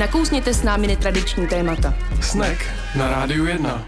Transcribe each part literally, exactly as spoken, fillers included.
Nakousněte s námi netradiční témata. Snack na Rádiu jedna.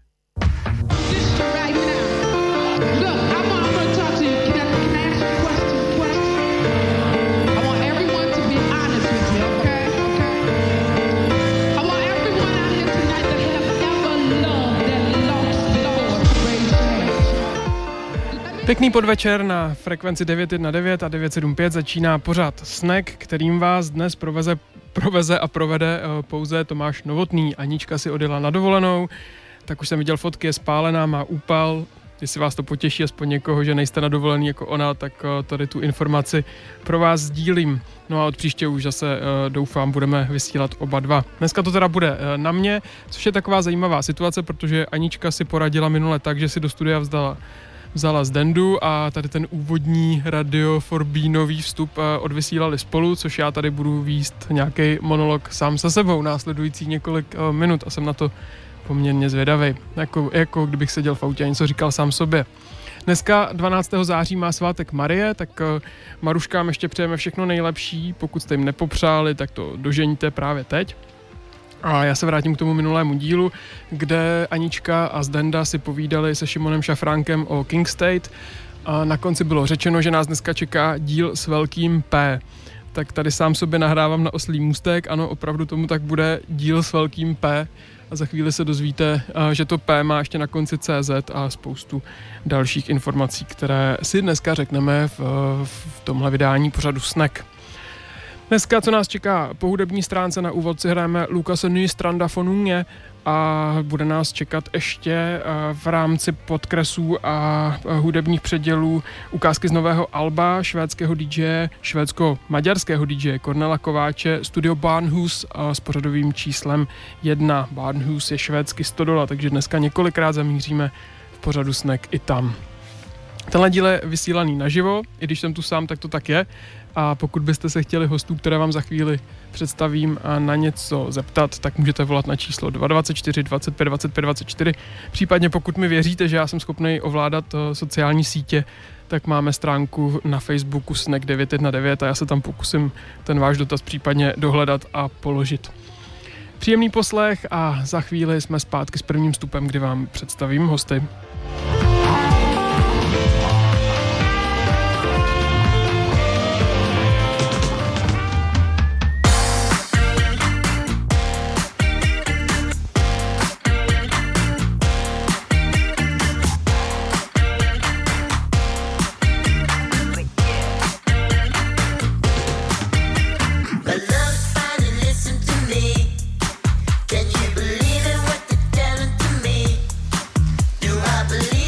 Pěkný podvečer na frekvenci devět jedna devět a devět sedm pět začíná pořad Snack, kterým vás dnes proveze, proveze a provede pouze Tomáš Novotný. Anička si odjela na dovolenou, tak už jsem viděl fotky, je spálená, má úpal. Jestli vás to potěší aspoň někoho, že nejste na dovolený jako ona, tak tady tu informaci pro vás sdílím. No a od příště už zase doufám, budeme vysílat oba dva. Dneska to teda bude na mě, což je taková zajímavá situace, protože Anička si poradila minule tak, že si do studia vzdala vzala z Dendu a tady ten úvodní Radio Forbínový vstup odvysílali spolu, což já tady budu vést nějaký monolog sám se sebou následující několik minut a jsem na to poměrně zvědavý, jako, jako kdybych seděl v autě a něco říkal sám sobě. Dneska dvanáctého září má svátek Marie, tak Maruškám ještě přejeme všechno nejlepší, pokud jste jim nepopřáli, tak to doženíte právě teď. A já se vrátím k tomu minulému dílu, kde Anička a Zdenda si povídali se Šimonem Šafránkem o King State. A na konci bylo řečeno, že nás dneska čeká díl s velkým P. Tak tady sám sobě nahrávám na oslí můstek. Ano, opravdu tomu tak bude, díl s velkým P. A za chvíli se dozvíte, že to P má ještě na konci C Z a spoustu dalších informací, které si dneska řekneme v, v tomhle vydání pořadu Snack. Dneska, co nás čeká po hudební stránce, na úvod si hrajeme Lucase Ny Stranda von Unge a bude nás čekat ještě v rámci podkresů a hudebních předělů ukázky z nového alba švédského dý džeje, švédsko-maďarského dý džeje Kornela Kováče, studio Barnhus s pořadovým číslem jedna. Barnhus je švédsky stodola, takže dneska několikrát zamíříme v pořadu Snack i tam. Tenhle díl je vysílaný naživo, i když jsem tu sám, tak to tak je. A pokud byste se chtěli hostů, které vám za chvíli představím, a na něco zeptat, tak můžete volat na číslo dva dvacet čtyři dvacet pět dvacet pět dvacet čtyři. Případně pokud mi věříte, že já jsem schopný ovládat sociální sítě, tak máme stránku na Facebooku Snack devět jedna devět a já se tam pokusím ten váš dotaz případně dohledat a položit. Příjemný poslech a za chvíli jsme zpátky s prvním vstupem, kdy vám představím hosty. Can you believe it? What they're telling to me? Do I believe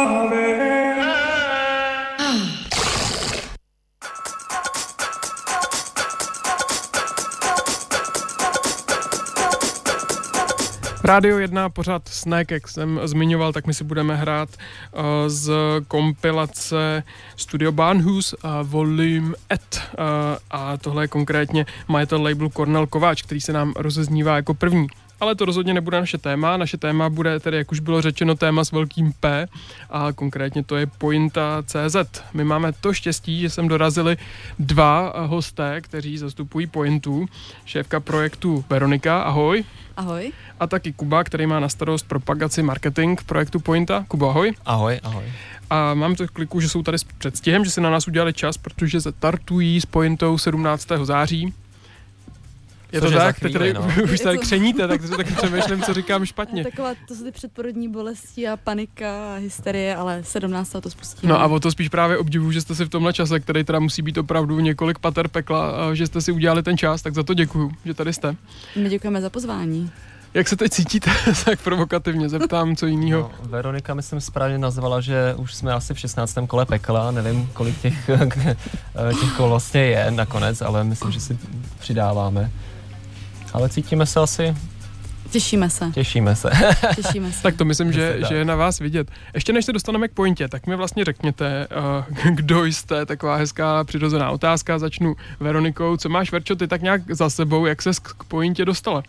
Rádio jedna, pořád Snack, jak jsem zmiňoval, tak my si budeme hrát uh, z kompilace Studio Barnhus uh, Volume eight uh, a tohle je konkrétně majitel labelu Kornel Kováč, který se nám rozeznívá jako první. Ale to rozhodně nebude naše téma. Naše téma bude tedy, jak už bylo řečeno, téma s velkým P a konkrétně to je Pointa tečka cé zet. My máme to štěstí, že sem dorazili dva hosté, kteří zastupují Pointu. Šéfka projektu Veronika, ahoj. Ahoj. A taky Kuba, který má na starost propagaci marketing projektu Pointa. Kuba, ahoj. Ahoj, ahoj. A mám to kliku, že jsou tady s předstihem, že si na nás udělali čas, protože startují s Pointou sedmnáctého září. Je Což to je tak? chvíli, Teď tady, no. už tady křeníte, tak taky přemýšlím, co říkám špatně. Taková, to jsou ty předporodní bolesti a panika a hysterie, ale sedmnáctého to spustíme. No a o to spíš právě obdivuju, že jste si v tomhle čase, který teda musí být opravdu několik pater pekla, že jste si udělali ten čas, tak za to děkuju, že tady jste. My děkujeme za pozvání. Jak se teď cítíte? Tak provokativně zeptám, co jiného. No, Veronika, myslím, správně nazvala, že už jsme asi v šestnáctém kole pekla, nevím, kolik těch, těch kol vlastně je nakonec, ale myslím, že si přidáváme. Ale cítíme se asi... Těšíme se. Těšíme se. Těšíme se. Tak to myslím, že, tak. že je na vás vidět. Ještě než se dostaneme k Pointě, tak mi vlastně řekněte, uh, kdo jste, taková hezká přirozená otázka. Začnu Veronikou. Co máš, Verčo, ty tak nějak za sebou, jak ses k Pointě dostala?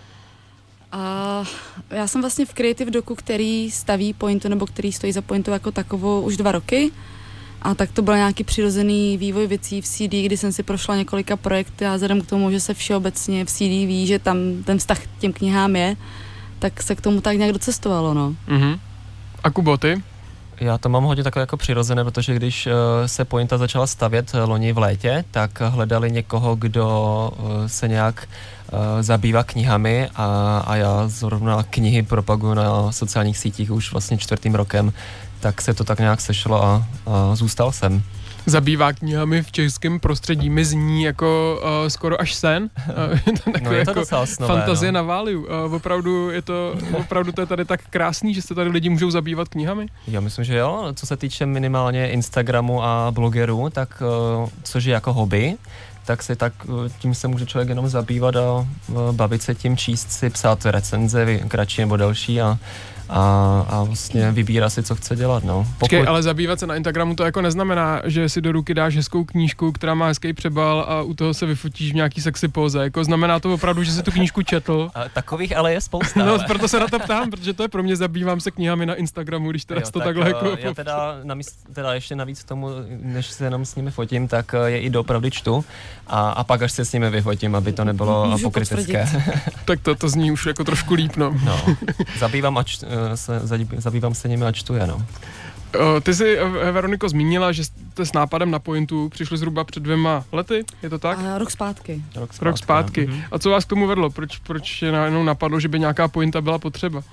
A já jsem vlastně v Creative Docu, který staví Pointu, nebo který stojí za Pointu jako takovou už dva roky. A tak to byl nějaký přirozený vývoj věcí v C D, kdy jsem si prošla několika projekty a vzhledem k tomu, že se všeobecně v C D ví, že tam ten vztah k těm knihám je, tak se k tomu tak nějak docestovalo, no. Uh-huh. A Kubo, ty? Já to mám hodně takové jako přirozené, protože když uh, se Pointa začala stavět uh, loni v létě, tak hledali někoho, kdo uh, se nějak uh, zabývá knihami a, a já zrovna knihy propaguju na sociálních sítích už vlastně čtvrtým rokem, tak se to tak nějak sešlo a, a zůstal jsem. Zabývá knihami v českém prostředí mi zní jako uh, skoro až sen. Uh, no je to jako docela snové, fantazie no. na váliu. Uh, opravdu je to, opravdu to je tady tak krásný, že se tady lidi můžou zabývat knihami? Já myslím, že jo. Co se týče minimálně Instagramu a blogerů, tak uh, což je jako hobby, tak se tak tím se může člověk jenom zabývat a uh, bavit se tím, číst si, psát recenze, kratší nebo delší a A, a vlastně vybírá si, co chce dělat, no. Pokud... Počkej, ale zabývat se na Instagramu to jako neznamená, že si do ruky dáš hezkou knížku, která má hezký přebal a u toho se vyfotíš v nějaký sexy póze. Jako znamená to opravdu, že si tu knížku četl. A takových ale je spousta. No, ale. proto se na to ptám, protože to je pro mě, zabývám se knihami na Instagramu, když teda jo, to tak, takhle jako... Já teda, namíst, teda ještě navíc k tomu, než se jenom s nimi fotím, tak je i doopravdy čtu a, a pak až se s nimi vyfotím, aby to nebylo Můžu pokrytecké. Tak to, to zní už jako trošku líp, no. No, zabývám, a čtu, se, zabývám se nimi a čtu je, no. Ty jsi, Veroniko, zmínila, že jste s nápadem na Pointu přišli zhruba před dvěma lety, je to tak? A rok zpátky. Rok zpátky. Rok zpátky. Mhm. A co vás k tomu vedlo? Proč, proč najednou napadlo, že by nějaká Pointa byla potřeba?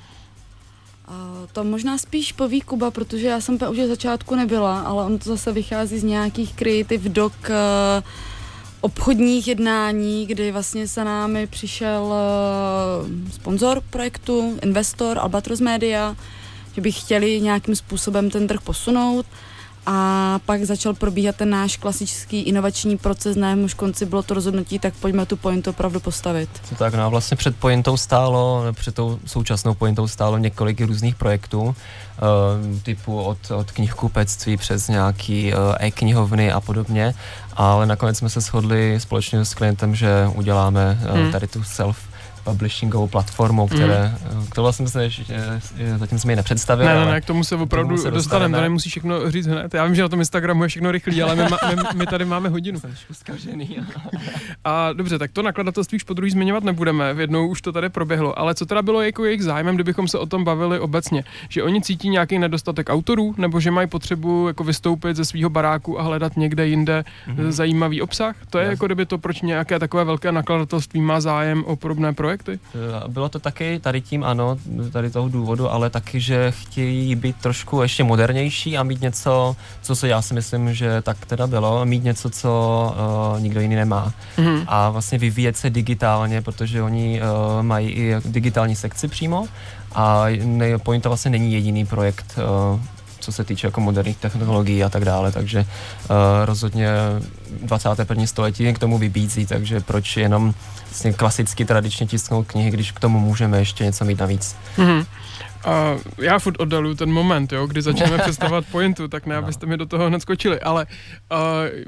A to možná spíš poví Kuba, protože já jsem už od začátku nebyla, ale on to zase vychází z nějakých Creative Doc uh, obchodních jednání, kdy vlastně za námi přišel uh, sponzor projektu, investor, Albatros Media, že by chtěli nějakým způsobem ten trh posunout a pak začal probíhat ten náš klasický inovační proces, na jehož konci bylo to rozhodnutí, tak pojďme tu Pointu opravdu postavit. To tak, no a vlastně před Pointou stálo, před tou současnou Pointou stálo několik různých projektů, uh, typu od, od knihkupectví přes nějaký uh, e-knihovny a podobně, ale nakonec jsme se shodli společně s klientem, že uděláme uh, hmm. tady tu self publishingovou platformou, které, mm. to vlastně se zatím jsme ji nepředstavili. Ne, ne, ne, k tomu se opravdu se dostaneme, to nemusí všechno říct hned. Já vím, že na tom Instagramu je všechno rychlý, ale my, my, my tady máme hodinu. Jsem zkažený. A dobře, tak to nakladatelství už po druhý zmiňovat nebudeme, v jednou už to tady proběhlo, ale co teda bylo jako jejich zájmem, kdybychom se o tom bavili obecně? Že oni cítí nějaký nedostatek autorů, nebo že mají potřebu jako vystoupit ze svého baráku a hledat někde jinde mm-hmm. zajímavý obsah? To je yes. jako kdyby to, proč nějaké takové velké nakladatelství má zájem o podobné projekty? Bylo to taky tady tím, ano, tady toho důvodu, ale taky, že chtějí být trošku ještě modernější a mít něco, co se já si myslím, že tak teda bylo, mít něco, co uh, nikdo jiný nemá. Mm-hmm. A vlastně vyvíjet se digitálně, protože oni uh, mají i digitální sekci přímo a Pointa vlastně není jediný projekt, uh, co se týče jako moderních technologií a tak dále, takže uh, rozhodně dvacáté první století k tomu vybízí, takže proč jenom vlastně klasicky tradičně tisknout knihy, když k tomu můžeme ještě něco mít navíc. Mm-hmm. Uh, já furt oddaluju ten moment, jo, kdy začneme představovat pointu, tak ne, abyste mi do toho hned skočili, ale uh,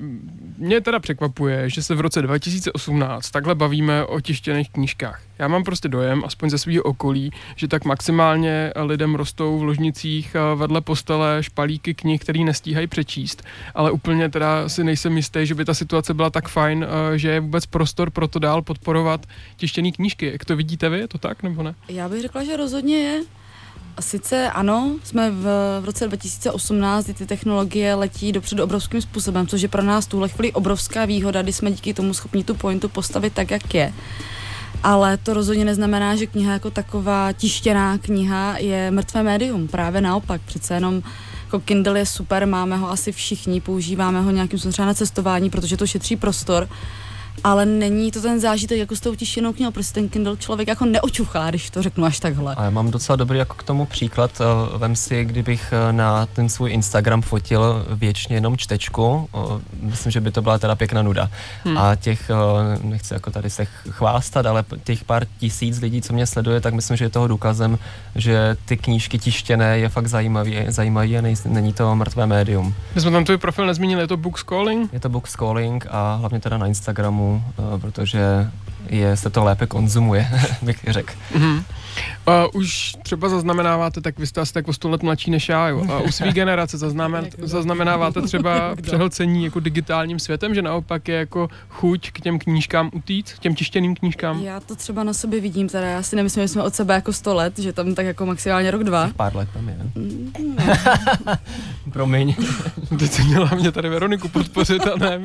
mě teda překvapuje, že se v roce dva tisíce osmnáct takhle bavíme o tištěných knížkách. Já mám prostě dojem, aspoň ze svého okolí, že tak maximálně lidem rostou v ložnicích vedle postele špalíky knih, který nestíhají přečíst, ale úplně teda si nejsem jistý, že by ta situace byla tak fajn, že je vůbec prostor pro to dál podporovat tištěný knížky. Jak to vidíte vy, je to tak nebo ne? Já bych řekla, že rozhodně je. Sice ano, jsme v, v roce dva tisíce osmnáct, kdy ty technologie letí dopředu obrovským způsobem, což je pro nás tuhle chvíli obrovská výhoda, kdy jsme díky tomu schopni tu pointu postavit tak, jak je. Ale to rozhodně neznamená, že kniha jako taková tištěná kniha je mrtvé médium. Právě naopak, přece jenom jako Kindle je super, máme ho asi všichni, používáme ho nějakým způsobem třeba na cestování, protože to šetří prostor. Ale není to ten zážitek jako s tou tištěnou knihou, prostě ten Kindle člověk jako neočuchá, když to řeknu až takhle. A já mám docela dobrý jako k tomu příklad. Vem si, kdybych na ten svůj Instagram fotil věčně jenom čtečku, myslím, že by to byla teda pěkná nuda. Hmm. A těch, nechci jako tady se chvástat, ale těch pár tisíc lidí, co mě sleduje, tak myslím, že je toho důkazem, že ty knížky tištěné je fakt zajímavý, zajímavý a nej, není to mrtvé médium. My jsme tam tvůj profil nezmínili, je to Bookscalling? Je to Bookscalling a hlavně teda na Instagramu, protože je, se to lépe konzumuje, bych řekl. Mm-hmm. Uh, už třeba zaznamenáváte, tak vy jste asi tak o sto let mladší než já, jo. Uh, u svý generace zaznamen, zaznamenáváte třeba přehlcení jako digitálním světem, že naopak je jako chuť k těm knížkám utíct, k těm tištěným knížkám? Já to třeba na sobě vidím, teda já si nemyslím, že jsme od sebe jako sto let, že tam tak jako maximálně rok, dva. Pár let tam je. Mm, no. Promiň. Teď jsi měla mě tady Veroniku podpořit a ne...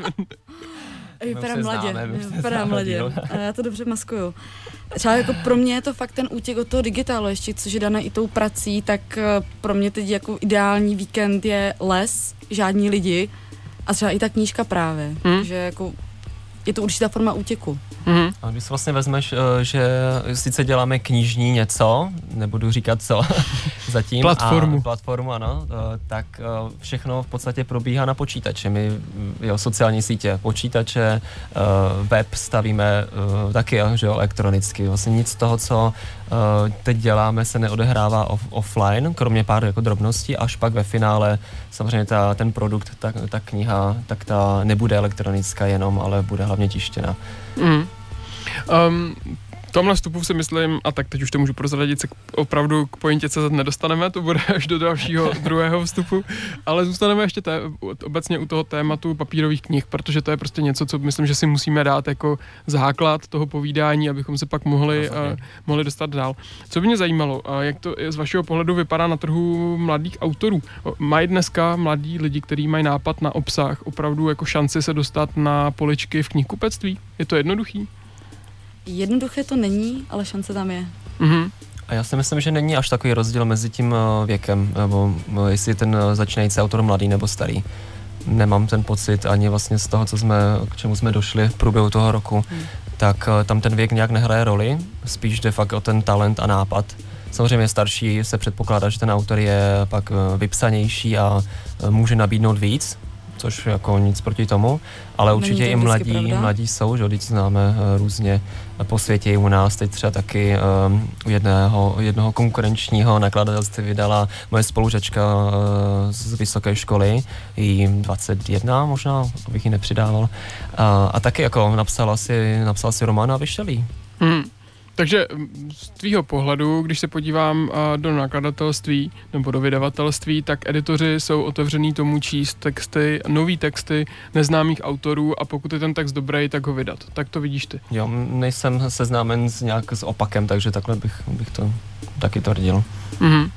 Vypadá mladě, vypadá mladě. A já to dobře maskuju. Třeba jako pro mě je to fakt ten útěk od toho digitálu ještě, což je dané i tou prací, tak pro mě teď jako ideální víkend je les, žádní lidi a třeba i ta knížka právě. Hmm. Takže jako je to určitá forma útěku. Mm-hmm. A když si vlastně vezmeš, že sice děláme knižní něco, nebudu říkat co zatím. Platformu. A platformu, ano, tak všechno v podstatě probíhá na počítači. My, jo, sociální sítě, počítače, web stavíme taky, že jo, elektronicky. Vlastně nic z toho, co teď děláme, se neodehrává off- offline, kromě pár jako drobností, až pak ve finále samozřejmě ta, ten produkt, ta, ta kniha, tak ta nebude elektronická jenom, ale bude hlavně tištěná. Mm. Um, v tomhle vstupu si myslím, a tak teď už to můžu prozradit, se opravdu k pointě C Z nedostaneme, to bude až do dalšího druhého vstupu, ale zůstaneme ještě té, obecně u toho tématu papírových knih, protože to je prostě něco, co myslím, že si musíme dát jako základ toho povídání, abychom se pak mohli, uh, mohli dostat dál. Co by mě zajímalo, uh, jak to z vašeho pohledu vypadá na trhu mladých autorů? Mají dneska mladí lidi, kteří mají nápad na obsah, opravdu jako šanci se dostat na poličky v knihkupectví? Je to jednoduchý? Jednoduché to není, ale šance tam je. Mm-hmm. A já si myslím, že není až takový rozdíl mezi tím věkem, nebo jestli ten začínající autor mladý nebo starý. Nemám ten pocit ani vlastně z toho, co jsme, k čemu jsme došli v průběhu toho roku, hmm. tak tam ten věk nějak nehraje roli, spíš jde fakt o ten talent a nápad. Samozřejmě starší se předpokládá, že ten autor je pak vypsanější a může nabídnout víc, což jako nic proti tomu, ale určitě i mladí, mladí jsou, že teď známe různě po světě i u nás, teď třeba taky um, jedného, jednoho konkurenčního nakladatelství vydala moje spolužačka uh, z vysoké školy, jí dvacet jedna možná, abych ji nepřidával, uh, a taky jako napsala si, napsala si román a vyšel jí. Hmm. Takže z tvýho pohledu, když se podívám do nakladatelství nebo do vydavatelství, tak editoři jsou otevřený tomu číst texty, nový texty neznámých autorů a pokud je ten text dobrý, tak ho vydat. Tak to vidíš ty. Jo, nejsem seznámen s nějak s opakem, takže takhle bych, bych to taky tvrdil. Mhm.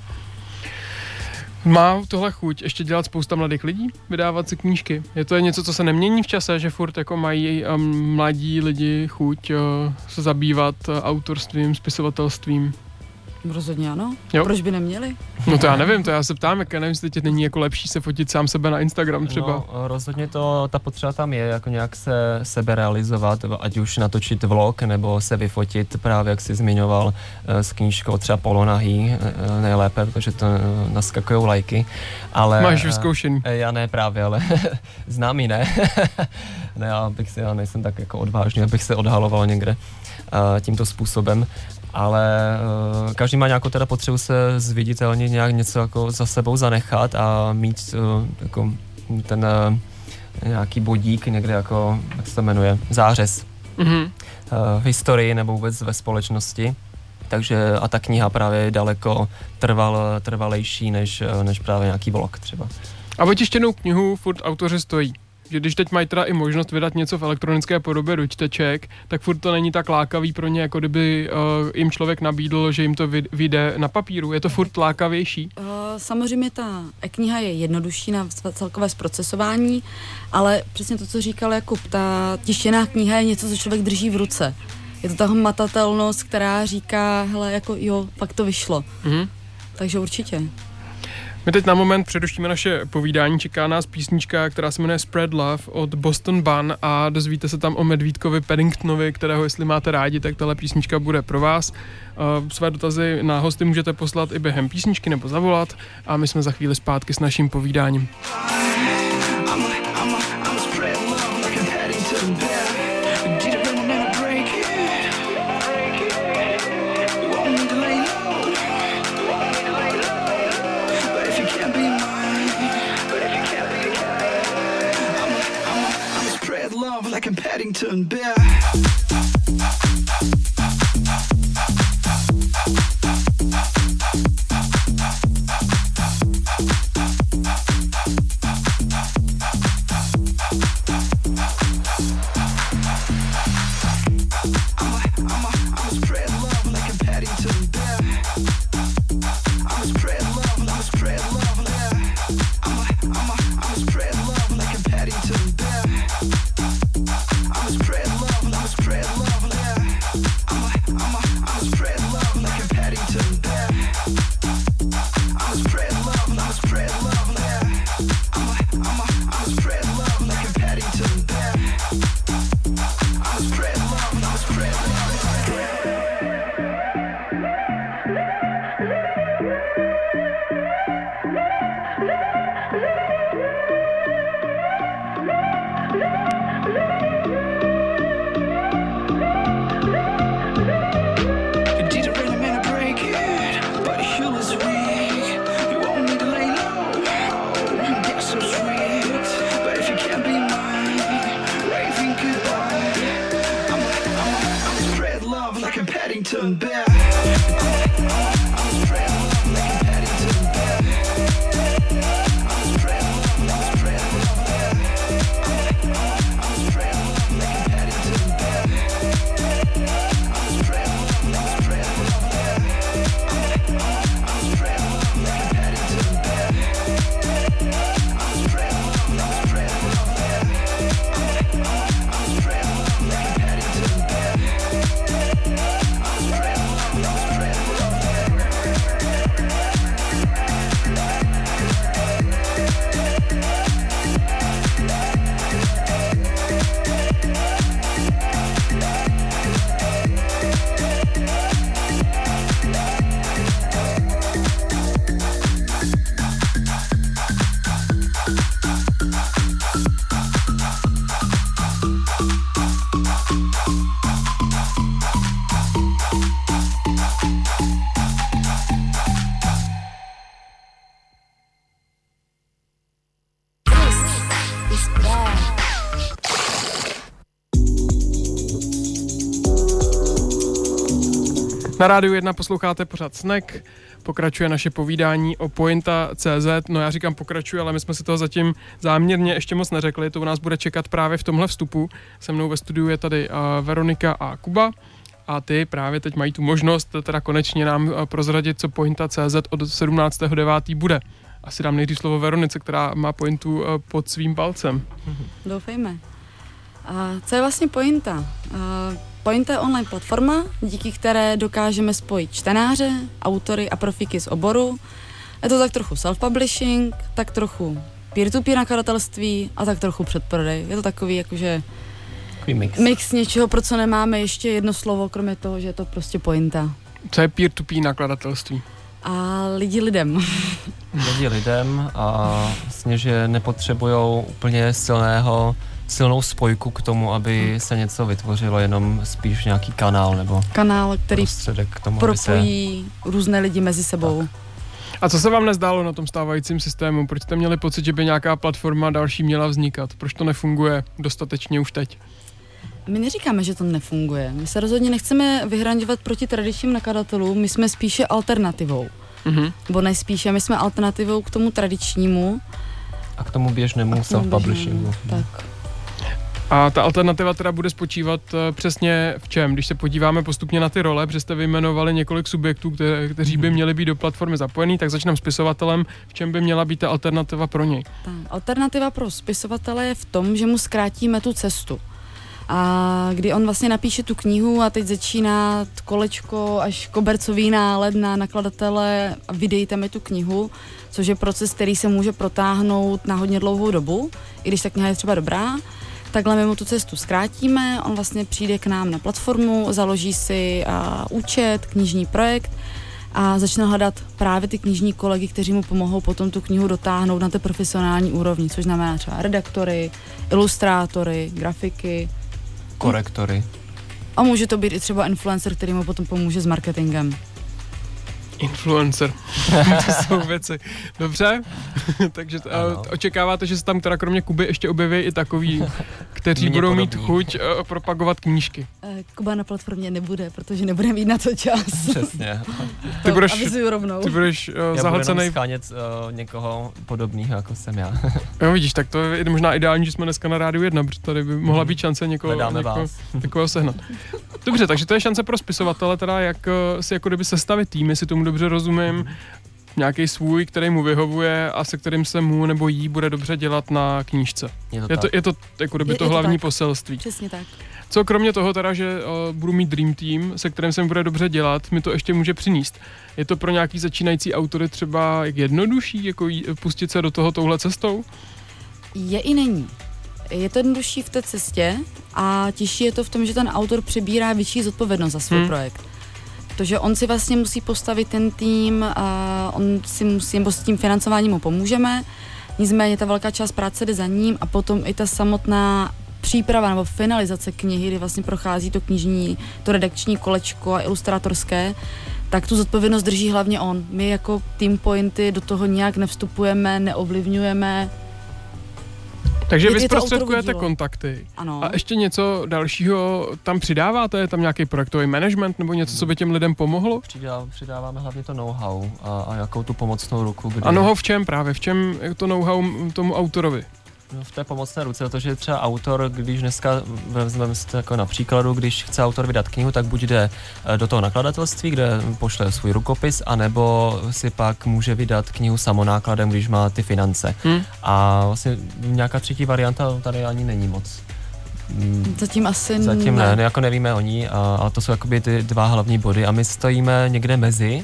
Má tohle chuť ještě dělat spousta mladých lidí, vydávat si knížky? Je to něco, co se nemění v čase, že furt jako mají um, mladí lidi chuť uh, se zabývat uh, autorstvím, spisovatelstvím? Rozhodně ano. Jo. Proč by neměli? No to já nevím, to já se ptám, jak já nevím, jestli teď není jako lepší se fotit sám sebe na Instagram třeba. No, rozhodně to, ta potřeba tam je, jako nějak se sebe realizovat, ať už natočit vlog, nebo se vyfotit právě, jak jsi zmiňoval, s knížkou třeba polonahý, nejlépe, protože to naskakujou lajky, ale... Máš vyzkoušený. Já ne právě, ale známý ne. Ne, já, bych si, já nejsem tak jako odvážný, abych se odhaloval někde uh, tímto způsobem. Ale uh, každý má nějakou teda potřebu se zviditelnit, nějak něco jako za sebou zanechat a mít uh, jako ten uh, nějaký bodík někde jako, jak se to jmenuje, zářez mm-hmm. uh, v historii nebo vůbec ve společnosti. Takže a ta kniha právě je daleko trval, trvalejší než, než právě nějaký blog třeba. A vytištěnou knihu furt autoři stojí. Že když teď mají teda i možnost vydat něco v elektronické podobě do čteček, tak furt to není tak lákavý pro ně, jako kdyby uh, jim člověk nabídl, že jim to vyjde na papíru. Je to furt lákavější? Uh, samozřejmě ta e-kniha je jednodušší na celkové zprocesování, ale přesně to, co říkal Jakub, ta tištěná kniha je něco, co člověk drží v ruce. Je to ta hmatatelnost, která říká, hele, jako jo, fakt to vyšlo. Mm-hmm. Takže určitě. My teď na moment přerušíme naše povídání, čeká nás písnička, která se jmenuje Spread Love od Boston Bun a dozvíte se tam o Medvídkovi Paddingtonovi, kterého jestli máte rádi, tak tahle písnička bude pro vás. Uh, své dotazy na hosty můžete poslat i během písničky nebo zavolat a my jsme za chvíli zpátky s naším povídáním. Like a Paddington Bear. Na Rádiu jedna posloucháte pořád Snack, pokračuje naše povídání o Pointa tečka cé zet, no já říkám pokračuje, ale my jsme si toho zatím záměrně ještě moc neřekli, to u nás bude čekat právě v tomhle vstupu. Se mnou ve studiu je tady uh, Veronika a Kuba a ty právě teď mají tu možnost teda konečně nám uh, prozradit, co Pointa tečka cé zet od sedmnáctého devátého bude. Asi dám nejdřív slovo Veronice, která má Pointu uh, pod svým palcem. Doufejme. A co je vlastně Pointa? Uh, Pointa je online platforma, díky které dokážeme spojit čtenáře, autory a profíky z oboru. Je to tak trochu self-publishing, tak trochu peer-to-peer nakladatelství a tak trochu předprodej. Je to takový jakože mix. mix něčeho, pro co nemáme ještě jedno slovo, kromě toho, že je to prostě pointa. Co je peer-to-peer nakladatelství? A lidi lidem. Lidi lidem a vlastně, že nepotřebujou úplně silného, silnou spojku k tomu, aby se něco vytvořilo, jenom spíš nějaký kanál nebo Kanál, který prostředek k tomu, propojí se... různé lidi mezi sebou. Tak. A co se vám nezdálo na tom stávajícím systému? Proč jste měli pocit, že by nějaká platforma další měla vznikat? Proč to nefunguje dostatečně už teď? My neříkáme, že to nefunguje. My se rozhodně nechceme vyhraňovat proti tradičním nakladatelům, my jsme spíše alternativou. Mhm. Nebo nejspíše, my jsme alternativou k tomu tradičnímu. A k tomu běžnému self-publishingu. Tak. A ta alternativa teda bude spočívat uh, přesně v čem? Když se podíváme postupně na ty role, protože jste vyjmenovali několik subjektů, které, kteří by měli být do platformy zapojení, tak začneme spisovatelem. V čem by měla být ta alternativa pro něj? Ta alternativa pro spisovatele je v tom, že mu zkrátíme tu cestu. A kdy on vlastně napíše tu knihu a teď začíná kolečko až kobercový nálet na nakladatele a vydejte mi tu knihu, což je proces, který se může protáhnout na hodně dlouhou dobu, i když ta kniha je třeba dobrá. Takhle my mu tu cestu zkrátíme, on vlastně přijde k nám na platformu, založí si a, účet, knižní projekt a začne hledat právě ty knižní kolegy, kteří mu pomohou potom tu knihu dotáhnout na té profesionální úrovni, což znamená třeba redaktory, ilustrátory, grafiky. Korektory. A může to být i třeba influencer, který mu potom pomůže s marketingem. Influencer. To jsou věci. Dobře, takže uh, očekáváte, že se tam teda kromě Kuby ještě objeví i takový, kteří Mně budou podobný. mít chuť uh, propagovat knížky. Kuba na platformě nebude, protože nebude mít na to čas. Přesně. Ty budeš, avizuju rovnou. ty budeš uh, Já zahlcenej. budu jenom schánět uh, někoho podobného, jako jsem já. Jo, vidíš, tak to je možná ideální, že jsme dneska na Rádiu jedna, protože tady by mohla být šance někoho, Hledáme někoho vás. takového sehnat. Dobře, takže to je šance pro spisovatele, teda jak uh, si jako kdyby sestavit tým, jestli tomu dobře rozumím, nějaký svůj, který mu vyhovuje a se kterým se mu nebo jí bude dobře dělat na knížce. Je to, Je to, tak. je to jako kdyby Je- to je to hlavní tak. poselství. Přesně tak. Co kromě toho teda, že uh, budu mít Dream Team, se kterým se mi bude dobře dělat, mi to ještě může přinést. Je to pro nějaký začínající autory třeba jednodušší, jako jí, pustit se do toho touhle cestou? Je i není. Je to jednodušší v té cestě a těžší je to v tom, že ten autor přebírá větší zodpovědnost za svůj Hmm. projekt. Protože on si vlastně musí postavit ten tým, a on si musí, nebo s tím financováním mu pomůžeme, nicméně ta velká část práce jde za ním a potom i ta samotná příprava nebo finalizace knihy, kdy vlastně prochází to knižní, to redakční kolečko a ilustrátorské, tak tu zodpovědnost drží hlavně on. My jako Team Pointy do toho nějak nevstupujeme, neovlivňujeme. Takže Je- vy je to zprostředkujete autorovo dílo. kontakty. Ano. A ještě něco dalšího tam přidáváte? Je tam nějaký projektový management nebo něco, co by těm lidem pomohlo? Přidá, přidáváme hlavně to know-how a, a jakou tu pomocnou ruku. Kdy... A know-how v čem právě? V čem je to know-how tomu autorovi? No, v té pomocné ruce, protože třeba autor, když dneska vezmeme si to jako na příkladu, když chce autor vydat knihu, tak buď jde do toho nakladatelství, kde pošle svůj rukopis, anebo si pak může vydat knihu samonákladem, když má ty finance. Hmm. A vlastně nějaká třetí varianta tady ani není moc. Mm, Zatím asi Zatím ne, ne jako nevíme o ní, a, a to jsou jakoby ty dva hlavní body a my stojíme někde mezi.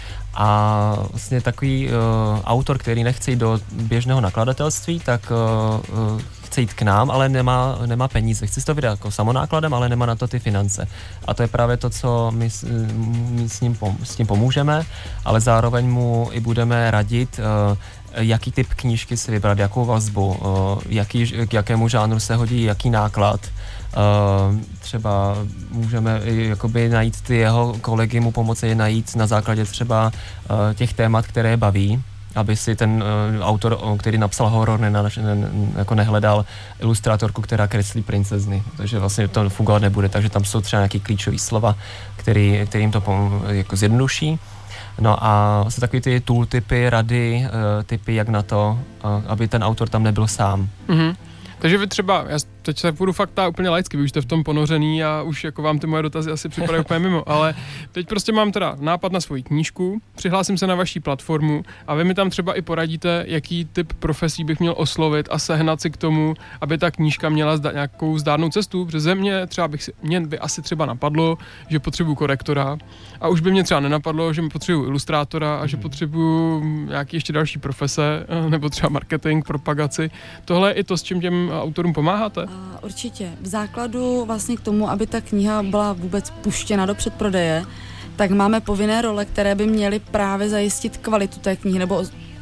A vlastně takový uh, autor, který nechce jít do běžného nakladatelství, tak uh, uh, chce jít k nám, ale nemá, nemá peníze. Chce si to vydat jako samonákladem, ale nemá na to ty finance. A to je právě to, co my, s- my s, ním pom- s tím pomůžeme, ale zároveň mu i budeme radit, uh, jaký typ knížky si vybrat, jakou vazbu, uh, jaký, k jakému žánru se hodí, jaký náklad. Uh, třeba můžeme i jakoby najít ty jeho kolegy, mu pomoci je najít na základě třeba uh, těch témat, které je baví, aby si ten uh, autor, uh, který napsal horor, ne, ne, ne, jako nehledal ilustrátorku, která kreslí princezny, takže vlastně to fungovat nebude, takže tam jsou třeba nějaký klíčový slova, který, kterým to pom- jako zjednoduší. No a vlastně takový ty tooltipy, rady, uh, typy, jak na to, uh, aby ten autor tam nebyl sám. Mhm. Takže vy třeba, já teď se půjdu fakt tá úplně laicky, vy už jste v tom ponořený a už jako vám ty moje dotazy asi připadají úplně mimo, ale teď prostě mám teda nápad na svoji knížku, přihlásím se na vaší platformu a vy mi tam třeba i poradíte, jaký typ profesí bych měl oslovit a sehnat si k tomu, aby ta knížka měla zda, nějakou zdárnou cestu, protože ze mě třeba bych si, mě by asi třeba napadlo, že potřebuju korektora a už by mě třeba nenapadlo, že mi potřebuju ilustrátora a že potřebuju nějaký ještě další profese, nebo třeba marketing, propagaci. Tohle je i to, s čím těm autorům pomáháte? A určitě. V základu vlastně k tomu, aby ta kniha byla vůbec puštěna do předprodeje, tak máme povinné role, které by měly právě zajistit kvalitu té knihy, nebo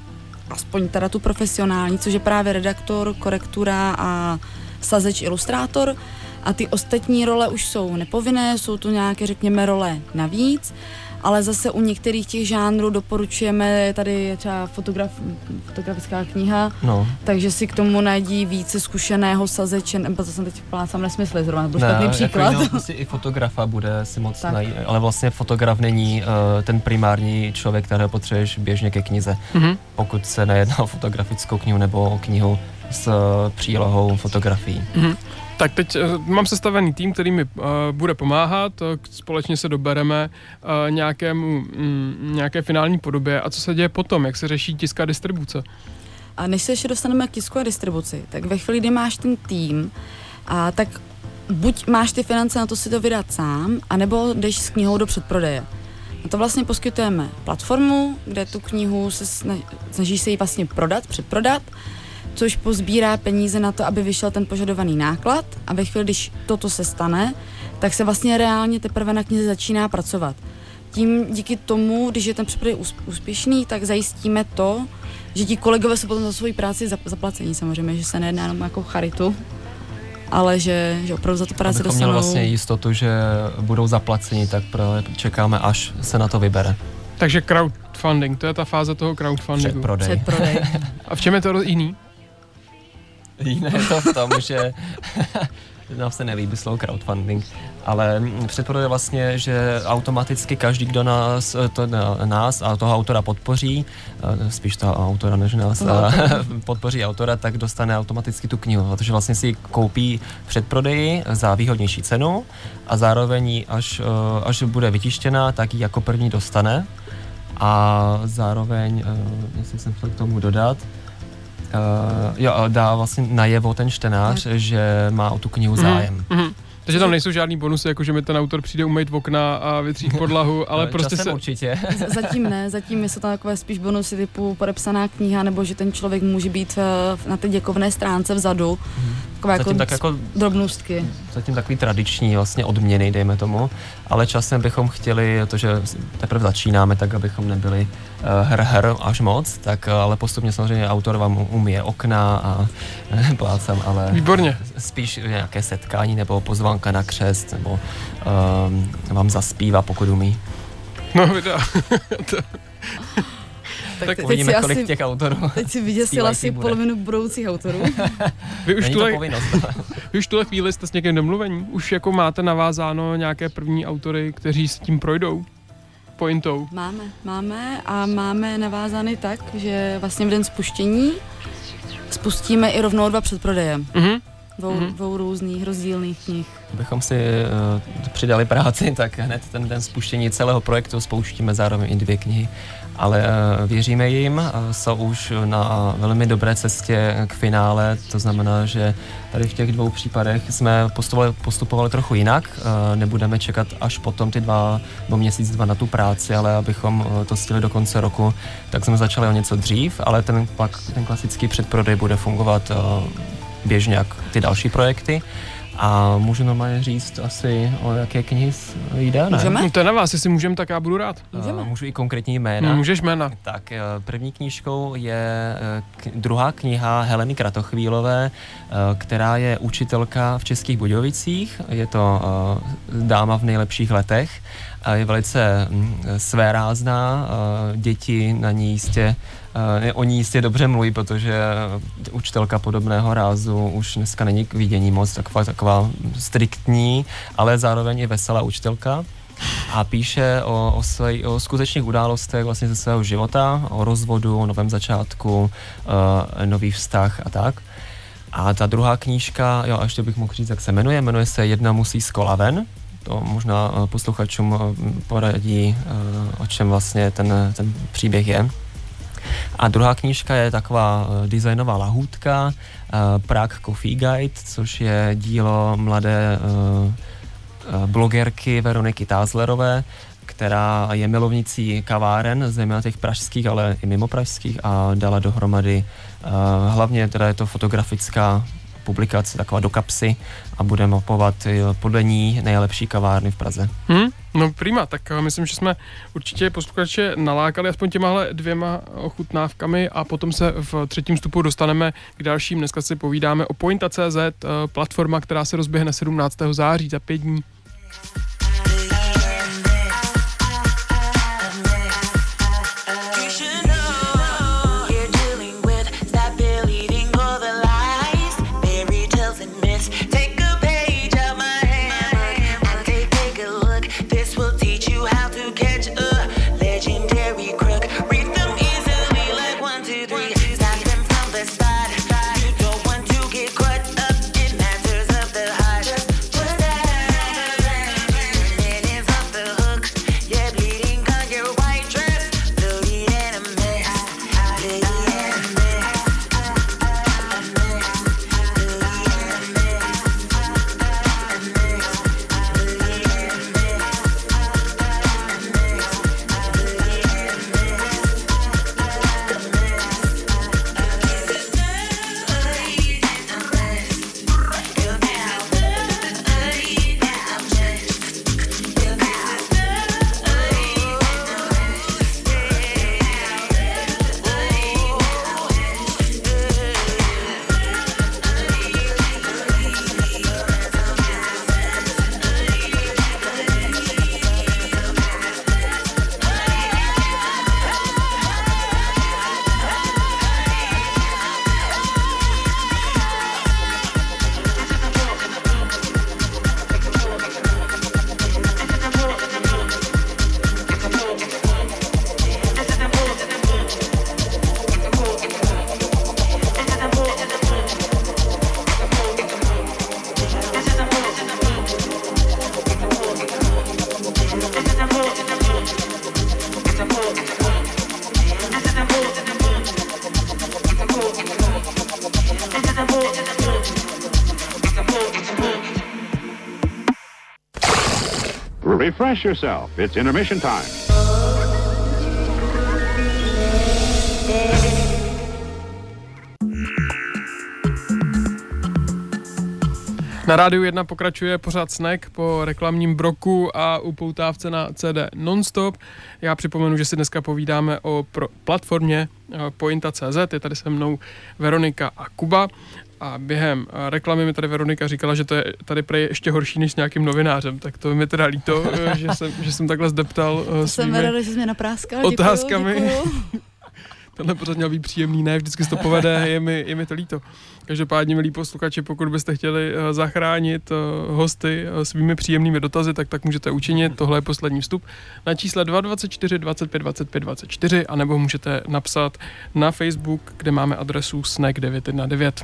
aspoň teda tu profesionální, což je právě redaktor, korektura a sazeč, ilustrátor. A ty ostatní role už jsou nepovinné, jsou to nějaké, řekněme, role navíc, ale zase u některých těch žánrů doporučujeme, tady je třeba fotograf, fotografická kniha, no. Takže si k tomu najdí více zkušeného sazeče, nebo to jsem teď sám nesmysl, zrovna byl špatný příklad. Jako prostě i fotografa bude si moc najít, ale vlastně fotograf není uh, ten primární člověk, kterého potřebuješ běžně ke knize, mm-hmm. pokud se nejedná o fotografickou knihu nebo o knihu s uh, přílohou fotografií. Mm-hmm. Tak teď uh, mám sestavený tým, který mi uh, bude pomáhat, uh, společně se dobereme uh, nějakému, mm, nějaké finální podobě. A co se děje potom, jak se řeší tisk a distribuce? A než se ještě dostaneme k tisku a distribuci, tak ve chvíli, kdy máš ten tým, a tak buď máš ty finance na to si to vydat sám, anebo jdeš s knihou do předprodeje. A to vlastně poskytujeme platformu, kde tu knihu se snaží, snaží se ji vlastně prodat, předprodat, což pozbírá peníze na to, aby vyšel ten požadovaný náklad a ve chvíli, když toto se stane, tak se vlastně reálně teprve na knize začíná pracovat. Tím díky tomu, když je ten předprodej úspěšný, tak zajistíme to, že ti kolegové jsou potom za svoji práci zaplacení samozřejmě, že se nejedná jenom jako charitu, ale že, že opravdu za tu práci dostanou. Abychom měl vlastně jistotu, že budou zaplaceni, tak čekáme, až se na to vybere. Takže crowdfunding, to je ta fáze toho crowdfundingu. Předprodej. Předprodej. A v čem je to jiný? Jiné je to v tom, že nám se nelíbí slovo crowdfunding, ale předprodej vlastně, že automaticky každý, kdo nás, to, nás a toho autora podpoří, spíš toho autora než nás, a podpoří autora, tak dostane automaticky tu knihu, protože vlastně si koupí předprodeji za výhodnější cenu a zároveň, až, až bude vytištěna, tak ji jako první dostane a zároveň, jestli jsem chtěl k tomu dodat, Uh, jo, dá vlastně najevo ten čtenář, tak. že má o tu knihu zájem. Mm-hmm. Takže tam nejsou žádný bonusy, jako že mi ten autor přijde umýt okna a vytřít podlahu, ale prostě se... určitě. Zatím ne, zatím jsou tam takové spíš bonusy typu podepsaná kniha, nebo že ten člověk může být na té děkovné stránce vzadu. Hmm. Takové jako, tak jako drobnostky. Zatím takový tradiční vlastně odměny, dejme tomu, ale časem bychom chtěli, to, že teprve začínáme, tak abychom nebyli uh, hr hr až moc, tak ale postupně samozřejmě autor vám umije okna a plácám, ale výborně. Spíš nějaké setkání nebo pozvánka na křest, nebo um, vám zaspívá, pokud umí. No, vydá. Tak, tak uvidíme, kolik asi, těch autorů. Teď si vyděsil asi polovinu budoucích autorů. Vy už, tuhle, vy už tuhle chvíli jste s někým domluvení? Už jako máte navázáno nějaké první autory, kteří s tím projdou? Pointou? Máme, máme a máme navázány tak, že vlastně v den spuštění spustíme i rovnou dva předprodeje. Mm-hmm. Dvou, mm-hmm. dvou různých rozdílných knih. Abychom si uh, přidali práci, tak hned ten den spuštění celého projektu spouštíme zároveň i dvě knihy. Ale uh, věříme jim, uh, jsou už na velmi dobré cestě k finále, to znamená, že tady v těch dvou případech jsme postupovali, postupovali trochu jinak, uh, nebudeme čekat až potom ty dva, nebo měsíc, dva na tu práci, ale abychom uh, to stihli do konce roku, tak jsme začali o něco dřív, ale ten, pak, ten klasický předprodej bude fungovat uh, běžně jak ty další projekty. A můžu normálně říct asi, o jaké knihy jde, ne? Můžeme? No to je na vás, jestli můžeme, tak já budu rád. Můžeme. Uh, můžu i konkrétní jména. No, můžeš jména. Tak první knížkou je k, druhá kniha Heleny Kratochvílové, která je učitelka v Českých Budějovicích. Je to uh, dáma v nejlepších letech. A je velice svérázná, děti na ní jistě, o ní jistě dobře mluví, protože učitelka podobného rázu už dneska není k vidění moc, taková, taková striktní, ale zároveň i veselá učitelka. A píše o, o, svej, o skutečných událostech vlastně ze svého života, o rozvodu, o novém začátku, uh, nový vztah a tak. A ta druhá knížka, jo, a ještě bych mohl říct, jak se jmenuje, jmenuje se Jedna musí z kola ven. To možná posluchačům poradí, o čem vlastně ten, ten příběh je. A druhá knížka je taková designová lahůdka, Prague Coffee Guide, což je dílo mladé blogerky Veroniky Tázlerové, která je milovnicí kaváren, zejména těch pražských, ale i mimo pražských, a dala dohromady, hlavně teda je to fotografická publikace, taková do kapsy, a bude mapovat podle ní nejlepší kavárny v Praze. Hmm, no prima, tak myslím, že jsme určitě posluchače nalákali aspoň těmahle dvěma ochutnávkami a potom se v třetím vstupu dostaneme k dalším. Dneska si povídáme o Pointa tečka cé zet, platforma, která se rozběhne sedmnáctého září, za pět dní. Refresh yourself. It's intermission time. Na Rádiu jedna pokračuje pořád Snack po reklamním broku a upoutávce na C D Nonstop. Já připomenu, že si dneska povídáme o pro platformě Pointa tečka cé zet. Je tady se mnou Veronika a Kuba. A během reklamy mi tady Veronika říkala, že to je tady prej ještě horší než s nějakým novinářem, tak to mi teda líto, že jsem, že jsem takhle zdeptal uh, svými jsem ráda, že jsi mě napráskal. otázkami. Děkuju, děkuju. Tenhle pořád měl být příjemný, ne, vždycky se to povede, je mi, je mi to líto. Každopádně, milí posluchači, pokud byste chtěli uh, zachránit uh, hosty uh, svými příjemnými dotazy, tak tak můžete učinit. Tohle je poslední vstup na čísle dva dvacet čtyři dvacet pět dvacet pět dvacet čtyři, anebo můžete napsat na Facebook, kde máme adresu snack devět jedna devět.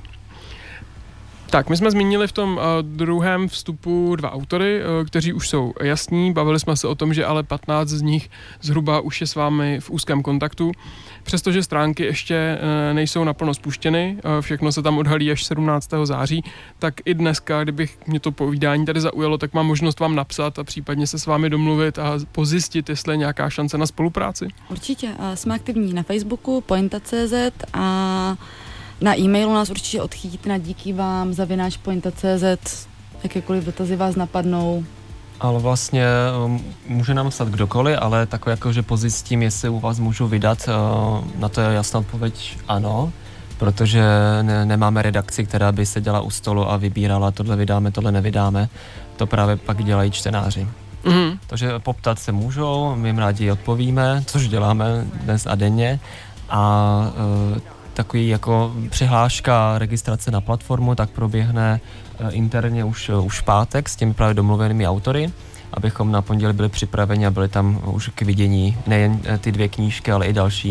Tak, my jsme zmínili v tom uh, druhém vstupu dva autory, uh, kteří už jsou jasní. Bavili jsme se o tom, že ale patnáct z nich zhruba už je s vámi v úzkém kontaktu. Přestože stránky ještě uh, nejsou naplno spuštěny, uh, všechno se tam odhalí až sedmnáctého září, tak i dneska, kdybych mě to povídání tady zaujalo, tak mám možnost vám napsat a případně se s vámi domluvit a pozjistit, jestli je nějaká šance na spolupráci. Určitě. Uh, jsme aktivní na Facebooku Pointa tečka cé zet a na e-mailu nás určitě odchytíte na díky vám zavináč Pointa tečka cé zet, jakékoliv dotazy vás napadnou. Ale vlastně um, může nám psat kdokoliv, ale takové jako, že pozjistím, jestli u vás můžu vydat, uh, na to je jasná odpověď ano, protože ne, nemáme redakci, která by seděla u stolu a vybírala, tohle vydáme, tohle nevydáme, to právě pak dělají čtenáři. Mm. Takže poptat se můžou, my jim rádi odpovíme, což děláme dnes a denně, a uh, takový jako přihláška, registrace na platformu, tak proběhne interně už, už v pátek s těmi právě domluvenými autory, abychom na pondělí byli připraveni a byli tam už k vidění nejen ty dvě knížky, ale i další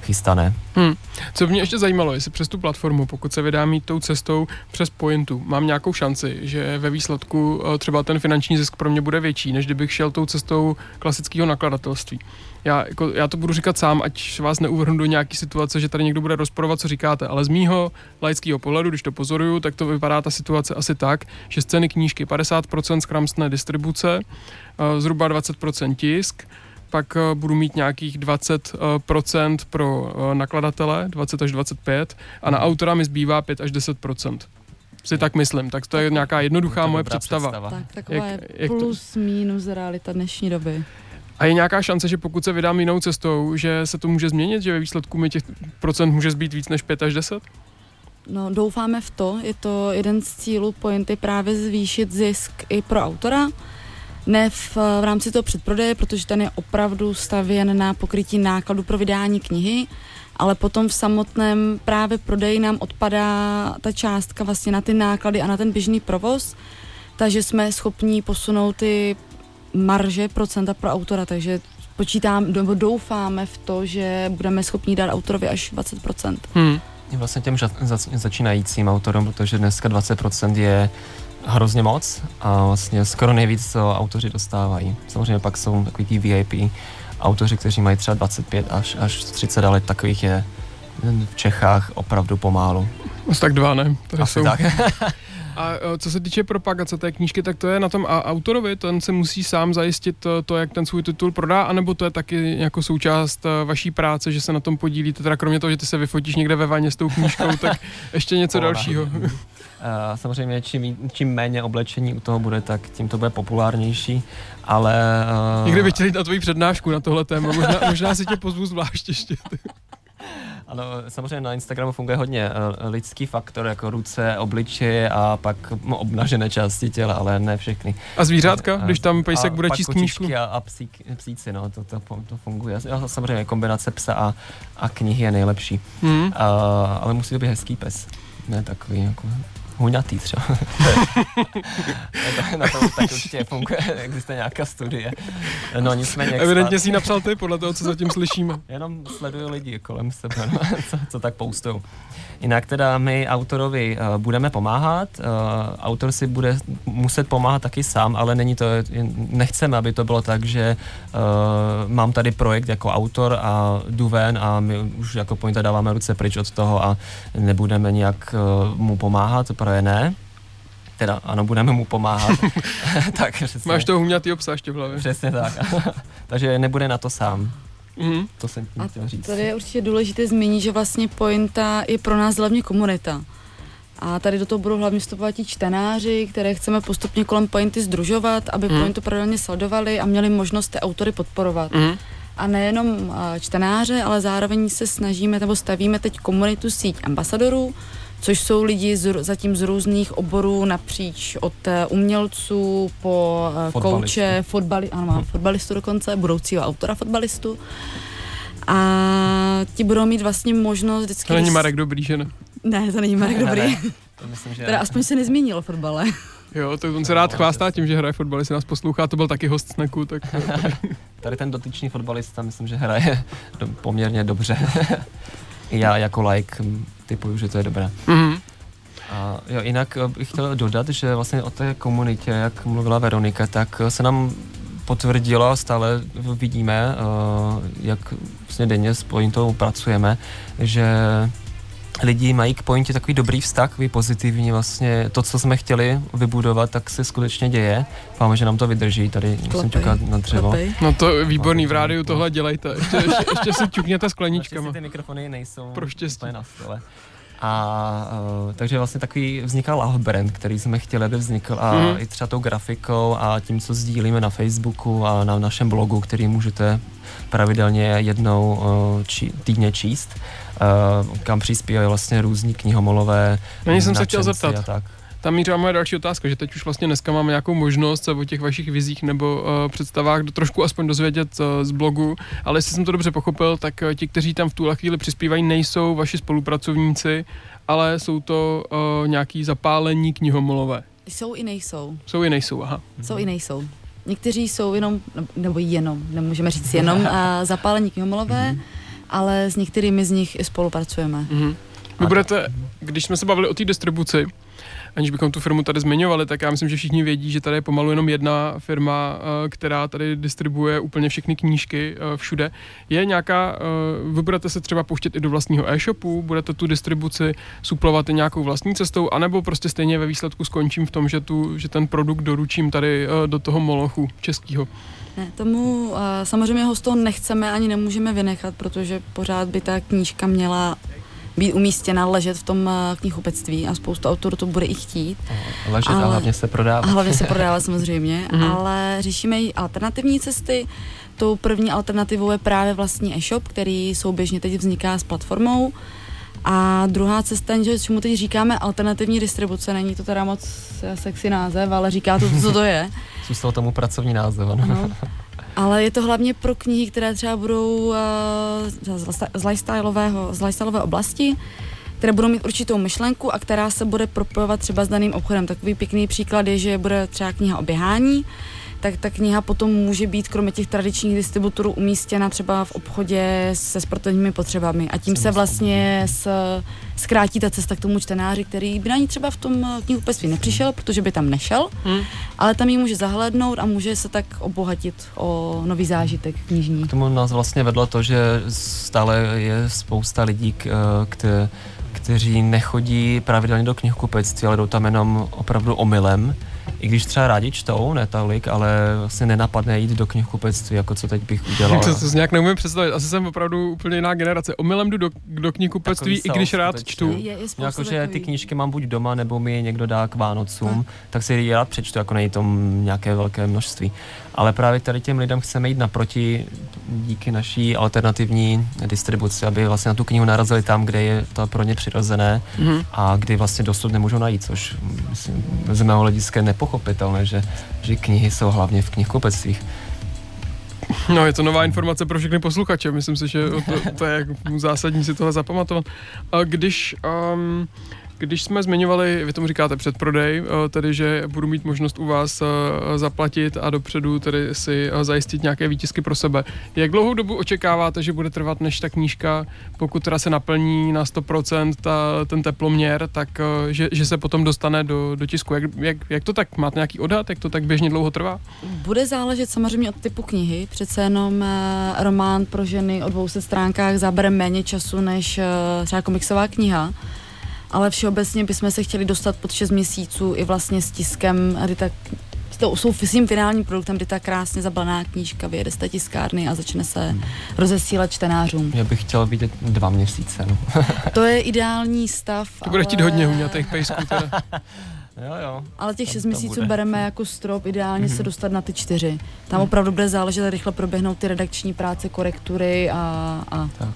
chystané. Hmm. Co mě ještě zajímalo, jestli přes tu platformu, pokud se vydám jít tou cestou přes Pointu, mám nějakou šanci, že ve výsledku třeba ten finanční zisk pro mě bude větší, než kdybych šel tou cestou klasického nakladatelství. Já, jako, já to budu říkat sám, ať vás neuvrhnu do nějaké situace, že tady někdo bude rozporovat, co říkáte, ale z mýho laického pohledu, když to pozoruju, tak to vypadá ta situace asi tak, že z ceny knížky padesát procent skramstné distribuce, zhruba dvacet procent tisk, pak budu mít nějakých dvacet procent pro nakladatele, dvacet až dvacet pět a na autora mi zbývá pět až deset procent. Si tak myslím, tak to je nějaká jednoduchá moje představa. představa. Tak, taková Jak- je jak to- plus minus realita dnešní doby. A je nějaká šance, že pokud se vydám jinou cestou, že se to může změnit, že ve výsledku mi těch procent může zbýt víc než pět až deset? No, doufáme v to, je to jeden z cílů Pointy právě zvýšit zisk i pro autora. Ne v, v rámci toho předprodeje, protože ten je opravdu stavěn na pokrytí nákladu pro vydání knihy, ale potom v samotném právě prodeji nám odpadá ta částka vlastně na ty náklady a na ten běžný provoz, takže jsme schopni posunout ty marže procenta pro autora, takže počítám, nebo doufáme v to, že budeme schopni dát autorovi až dvacet procent. Hmm. I vlastně těm ža- za- začínajícím autorům, protože dneska dvacet procent je hrozně moc a vlastně skoro nejvíc, co autoři dostávají. Samozřejmě pak jsou takový tí V I P autoři, kteří mají třeba dvacet pět až, až třicet, ale takových je v Čechách opravdu pomálu. Asi tak dva, ne? Tady Asi jsou. tak. A o, co se týče propagace té knížky, tak to je na tom a autorovi, ten se musí sám zajistit to, to, jak ten svůj titul prodá, anebo to je taky jako součást uh, vaší práce, že se na tom podílíte, teda kromě toho, že ty se vyfotíš někde ve vaně s tou knížkou, tak ještě něco Pohoda. dalšího. Uh, samozřejmě čím, čím méně oblečení u toho bude, tak tím to bude populárnější, ale... Uh, Někdy bych chtěl jít na tvoji přednášku na tohle téma, možná, možná si tě pozvu zvlášť ještě. Ano, samozřejmě na Instagramu funguje hodně uh, lidský faktor, jako ruce, obličeje a pak no, obnažené části těla, ale ne všechny. A zvířátka, když tam pejsek a bude pak číst knížku? kočičky A, a psík, psíci, no, to, to, to funguje. A samozřejmě kombinace psa a, a knihy je nejlepší. Hmm. Uh, ale musí to být hezký pes, ne takový jako huňatý třeba. Na to tak určitě funguje, existuje nějaká studie. No nicméně... Evidentně jsi ji napsal ty, podle toho, co zatím slyšíme. Jenom sleduju lidi kolem sebe, no, co, co tak poustujou. Jinak teda my autorovi uh, budeme pomáhat, uh, autor si bude muset pomáhat taky sám, ale není to, nechceme, aby to bylo tak, že uh, mám tady projekt jako autor a jdu ven a my už jako Pointa dáváme ruce pryč od toho a nebudeme nějak uh, mu pomáhat, protože ne. Teda ano, budeme mu pomáhat. Tak, přesně. Máš toho huňatýho psa ještě v hlavě. Přesně tak. Takže nebude na to sám. Mhm. To jsem tím A chtěl říct. tady je určitě důležité zmínit, že vlastně Pointa je pro nás hlavně komunita. A tady do toho budou hlavně vstupovat ti čtenáři, které chceme postupně kolem Pointy združovat, aby Mhm. Pointu pravidelně sledovali a měli možnost ty autory podporovat. Mhm. A nejenom a, čtenáře, ale zároveň se snažíme, nebo stavíme teď komunitu síť ambasadorů, což jsou lidi z, zatím z různých oborů napříč od eh, umělců po eh, Fotbalistu. kouče, fotbali, ano, mám fotbalistu dokonce, budoucího autora fotbalistu. A ti budou mít vlastně možnost vždycky... To není když- Marek Dobrý, že ne? Ne, to není Marek Ne, Dobrý. ne, to myslím, že... Teda aspoň se nezměnil v fotbale. Jo, to on se rád chvástá tím, že hraje fotbal, jestli nás poslouchá, to byl taky host Sneku, tak Tady ten dotyčný fotbalista, myslím, že hraje do, poměrně dobře. Já jako like hm, typuju, že to je dobré. mhm. A jo, jinak eh, bych chtěl dodat, že vlastně o té komunitě, jak mluvila Veronika, tak eh, se nám potvrdilo, stále vidíme, eh, jak vlastně denně s Pointou pracujeme, že lidi mají k Pointě takový dobrý vztah, takový pozitivní vlastně. To, co jsme chtěli vybudovat, tak se skutečně děje. Doufáme, že nám to vydrží, tady musím Klepej, čekat na dřevo. Klepej. No to je výborný, v rádiu tohle dělejte, ještě, ještě, ještě si ťukněte skleničkama. Ty mikrofony nejsou Pro štěstí. úplně na stole. A uh, takže vlastně takový vznikal love brand, který jsme chtěli, aby vznikl a Mhm. i třeba tou grafikou a tím, co sdílíme na Facebooku a na našem blogu, který můžete pravidelně jednou uh, či, týdně číst, uh, kam přispívají vlastně různí knihomolové. Na něj jsem se chtěl nadšenci zeptat. a tak. Tam mířila moje další otázka, že teď už vlastně dneska máme nějakou možnost se o těch vašich vizích nebo uh, představách do, trošku aspoň dozvědět uh, z blogu, ale jestli jsem to dobře pochopil, tak uh, ti, kteří tam v tuhle chvíli přispívají, nejsou vaši spolupracovníci, ale jsou to uh, nějaký zapálení knihomolové. Jsou i nejsou. Jsou i nejsou, aha. Jsou i nejsou. Někteří jsou jenom, nebo jenom, nemůžeme říct jenom, a zapálení knihomolové. ale s některými z nich i spolupracujeme. Mm-hmm. Vy budete, když jsme se bavili o té distribuci, aniž bychom tu firmu tady zmiňovali, tak já myslím, že všichni vědí, že tady je pomalu jenom jedna firma, která tady distribuje úplně všechny knížky všude. Je nějaká, vy budete se třeba pouštět i do vlastního e-shopu, budete tu distribuci suplovat i nějakou vlastní cestou, anebo prostě stejně ve výsledku skončím v tom, že, tu, že ten produkt doručím tady do toho molochu českého? Ne, tomu uh, samozřejmě ho z toho nechceme ani nemůžeme vynechat, protože pořád by ta knížka měla být umístěna, ležet v tom knihkupectví a spoustu autorů to bude i chtít. Ležet ale, a hlavně se prodávat. A hlavně se prodávat samozřejmě, mm. ale řešíme i alternativní cesty. Tou první alternativou je právě vlastní e-shop, který souběžně teď vzniká s platformou. A druhá cesta, že čemu teď říkáme alternativní distribuce, není to teda moc sexy název, ale říká to, co to je. Zůstal tomu pracovní název, ano. No. Ale je to hlavně pro knihy, které třeba budou uh, z lifestyleového, z lifestyleové oblasti, které budou mít určitou myšlenku a která se bude propojovat třeba s daným obchodem. Takový pěkný příklad je, že bude třeba kniha o běhání, tak ta kniha potom může být kromě těch tradičních distributorů umístěna třeba v obchodě se sportovními potřebami a tím se vlastně s, zkrátí ta cesta k tomu čtenáři, který by na ní třeba v tom knihkupectví nepřišel, protože by tam nešel, hmm. ale tam ji může zahlédnout a může se tak obohatit o nový zážitek knižní. K tomu nás vlastně vedlo to, že stále je spousta lidí, kte, kteří nechodí pravidelně do knihkupectví, ale jdou tam jenom opravdu omylem. I když třeba rádi čtou, ne tolik, ale vlastně nenapadne jít do knihkupectví, jako co teď bych udělal. To, to si nějak neumím představit. Asi jsem opravdu úplně jiná generace. Omylem jdu do, do knihkupectví, i když rád čtu. Je, je Jakože ty knížky mám buď doma, nebo mi je někdo dá k Vánocům, tak, tak si je rád přečtu, jako není to nějaké velké množství. Ale právě tady těm lidem chceme jít naproti díky naší alternativní distribuci, aby vlastně na tu knihu narazili tam, kde je to pro ně přirozené mm-hmm. a kdy vlastně dosud nemůžou najít, což myslím, z mého hlediska je nepochopitelné, že, že knihy jsou hlavně v knihkupectvích. No, je to nová informace pro všechny posluchače. Myslím si, že to, to je zásadní si tohle zapamatovat. A když... Um, Když jsme zmiňovali, vy tomu říkáte předprodej, tedy že budu mít možnost u vás zaplatit a dopředu tedy si zajistit nějaké výtisky pro sebe. Jak dlouhou dobu očekáváte, že bude trvat, než ta knížka, pokud teda se naplní na sto procent ta, ten teploměr, tak že, že se potom dostane do, do tisku? Jak, jak, jak to tak? Máte nějaký odhad? Jak to tak běžně dlouho trvá? Bude záležet samozřejmě od typu knihy. Přece jenom román pro ženy o dvou set stránkách zabere méně času než třeba komiksová kniha. Ale všeobecně bychom se chtěli dostat pod šest měsíců i vlastně s tiskem, kdy tak jsou svým finálním produktem, kdy ta krásně zabalená knížka vyjede z té tiskárny a začne se hmm. rozesílat čtenářům. Já bych chtěl vidět dva měsíce. No. To je ideální stav. To bude ale... chtít hodně huňatých pejsků teda. Jo, jo. Ale těch šest měsíců bude. Bereme jako strop, ideálně mm-hmm. se dostat na ty čtyři. Tam opravdu bude záležet rychle proběhnout ty redakční práce, korektury a... a... Tak.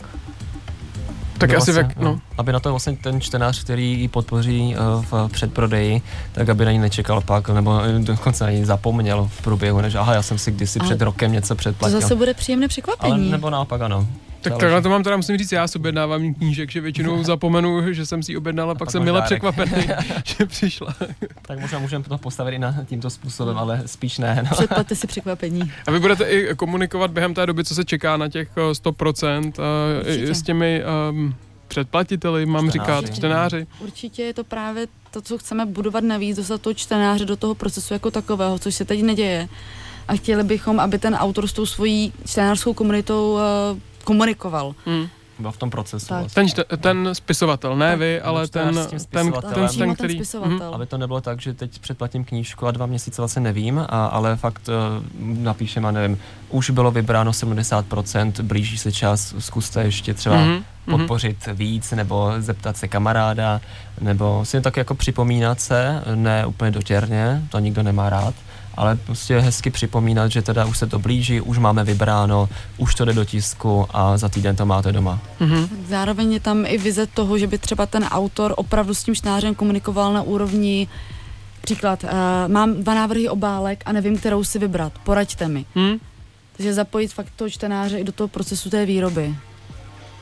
Tak asi vlastně, věk, no. Aby na to vlastně ten čtenář, který ji podpoří uh, v předprodeji, tak aby na ní nečekal pak, nebo dokonce na ní zapomněl v průběhu, než aha, já jsem si kdysi ale před rokem něco předplatil. To zase bude příjemné překvapení. Ale nebo naopak, ano. Tak takhle to mám teda, musím říct, já si objednávám knížek, že většinou zapomenu, že jsem si ji objednal a pak jsem mile překvapený, že přišla. Tak možná můžeme to postavit i na tímto způsobem, ale spíš ne. No. Předplaťte si překvapení. A vy budete i komunikovat během té doby, co se čeká na těch sto procent uh, s těmi um, předplatiteli, mám čtenáři. říkat, čtenáři. Určitě je to právě to, co chceme budovat navíc, dostat toho čtenáře do toho procesu jako takového, což se teď neděje. A chtěli bychom, aby ten autor s tou svojí čtenářskou komunitou uh, komunikoval. Hmm. Byl v tom procesu. Vlastně. Ten, čte, ten spisovatel, ne tak, vy, ale ten, ten, ten, ten, který... Ten aby to nebylo tak, že teď předplatím knížku a dva měsíce vlastně nevím, a, ale fakt uh, napíšem a nevím, už bylo vybráno sedmdesát procent, blíží se čas, zkuste ještě třeba mm-hmm. podpořit víc, nebo zeptat se kamaráda, nebo si tak jako připomínat se, ne úplně dotěrně, to nikdo nemá rád, ale prostě hezky připomínat, že teda už se to blíží, už máme vybráno, už to jde do tisku a za týden to máte doma. Mm-hmm. Zároveň je tam i vize toho, že by třeba ten autor opravdu s tím čtenářem komunikoval na úrovni, příklad, uh, mám dva návrhy obálek a nevím, kterou si vybrat, poraďte mi. Mm. Takže zapojit fakt toho čtenáře i do toho procesu té výroby.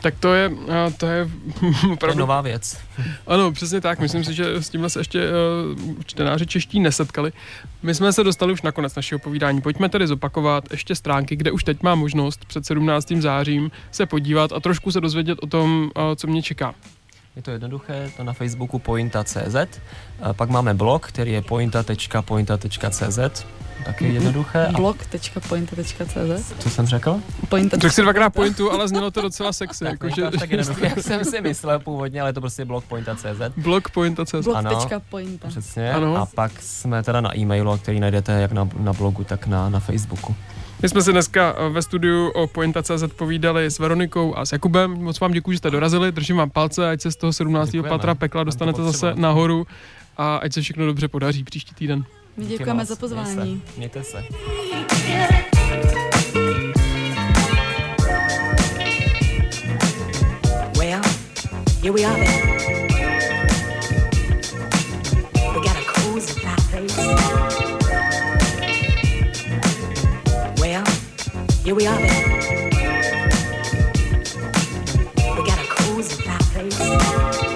Tak to je, to je opravdu... To je nová věc. Ano, přesně tak. Myslím si, že s tímhle se ještě uh, čtenáři čeští nesetkali. My jsme se dostali už na konec našeho povídání. Pojďme tedy zopakovat ještě stránky, kde už teď má možnost před sedmnáctým zářím se podívat a trošku se dozvědět o tom, uh, co mě čeká. Je to jednoduché, to na Facebooku pointa tečka cé zet, pak máme blog, který je pointa tečka pointa tečka cé zet, taky jednoduché. blog tečka pointa tečka cé zet. Co jsem řekl? Pointa. Řekl si dvakrát pointu, ale znělo to docela sexy. Tak, jako, že, tak jednoduché, jak jsem si myslel původně, ale je to prostě blog pointa tečka cé zet. blog pointa tečka cé zet. blog tečka pointa. Přesně. Ano. A pak jsme teda na e-mailu, který najdete jak na, na blogu, tak na, na Facebooku. My jsme si dneska ve studiu o pointa tečka cé zet povídali s Veronikou a s Jakubem. Moc vám děkuji, že jste dorazili. Držím vám palce, ať se z toho sedmnáctého Děkujeme. patra pekla dostanete zase nahoru a ať se všechno dobře podaří příští týden. My děkujeme za pozvání. Mějte se. Well, here we are then. We got a cozy place. Well, here we are then. We got a cozy place.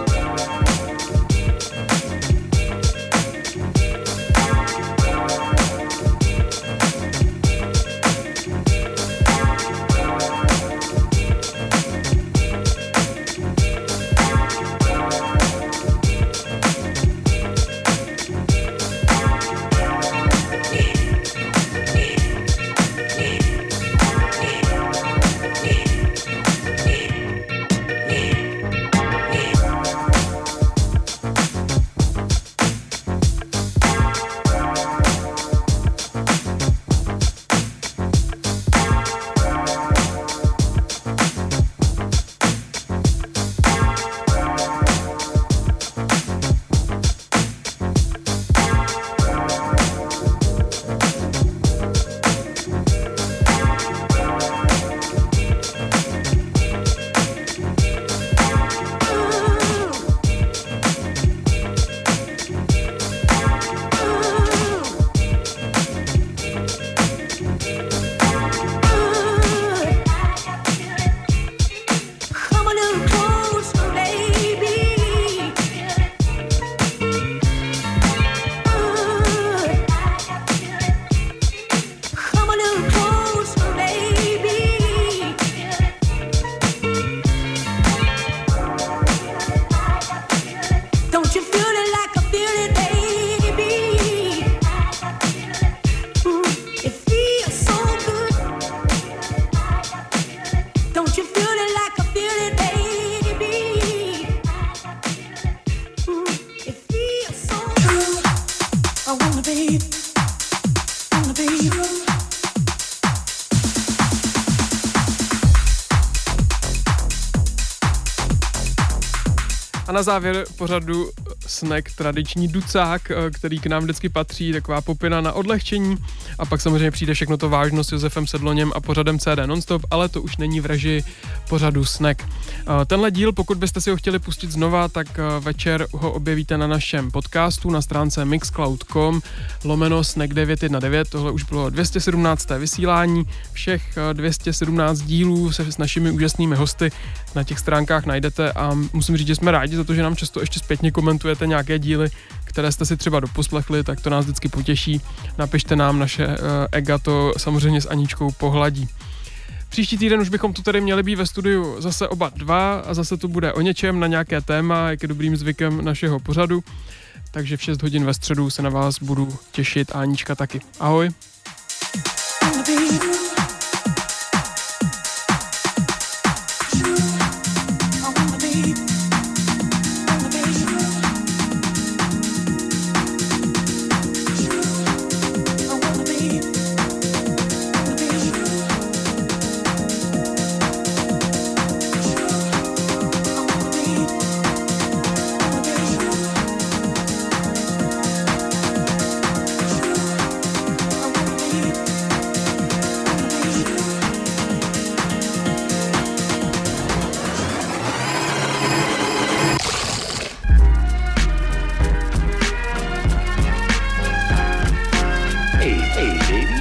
A na závěr pořadu snack, tradiční ducák, který k nám vždycky patří, taková popina na odlehčení. A pak samozřejmě přijde všechno to vážno s Josefem Sedloněm a pořadem C D Nonstop, ale to už není v režii pořadu snack. Tenhle díl, pokud byste si ho chtěli pustit znova, tak večer ho objevíte na našem podcastu na stránce mixcloud tečka com lomeno snack devět jedna devět. Tohle už bylo dvě stě sedmnácté vysílání. Všech dvě stě sedmnáct dílů se s našimi úžasnými hosty na těch stránkách najdete a musím říct, že jsme rádi za to, že nám často ještě zpětně komentujete nějaké díly, které jste si třeba doposlechli, tak to nás vždycky potěší. Napište nám, naše uh, ega to samozřejmě s Aničkou pohladí. Příští týden už bychom tu tady měli být ve studiu zase oba dva a zase to bude o něčem, na nějaké téma, jak je dobrým zvykem našeho pořadu. Takže v šest hodin ve středu se na vás budu těšit a Anička taky. Ahoj.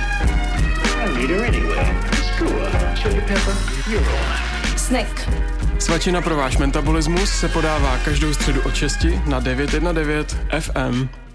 Snack. Svačina pro váš metabolismus se podává každou středu od šesti na devět jedna devět F M.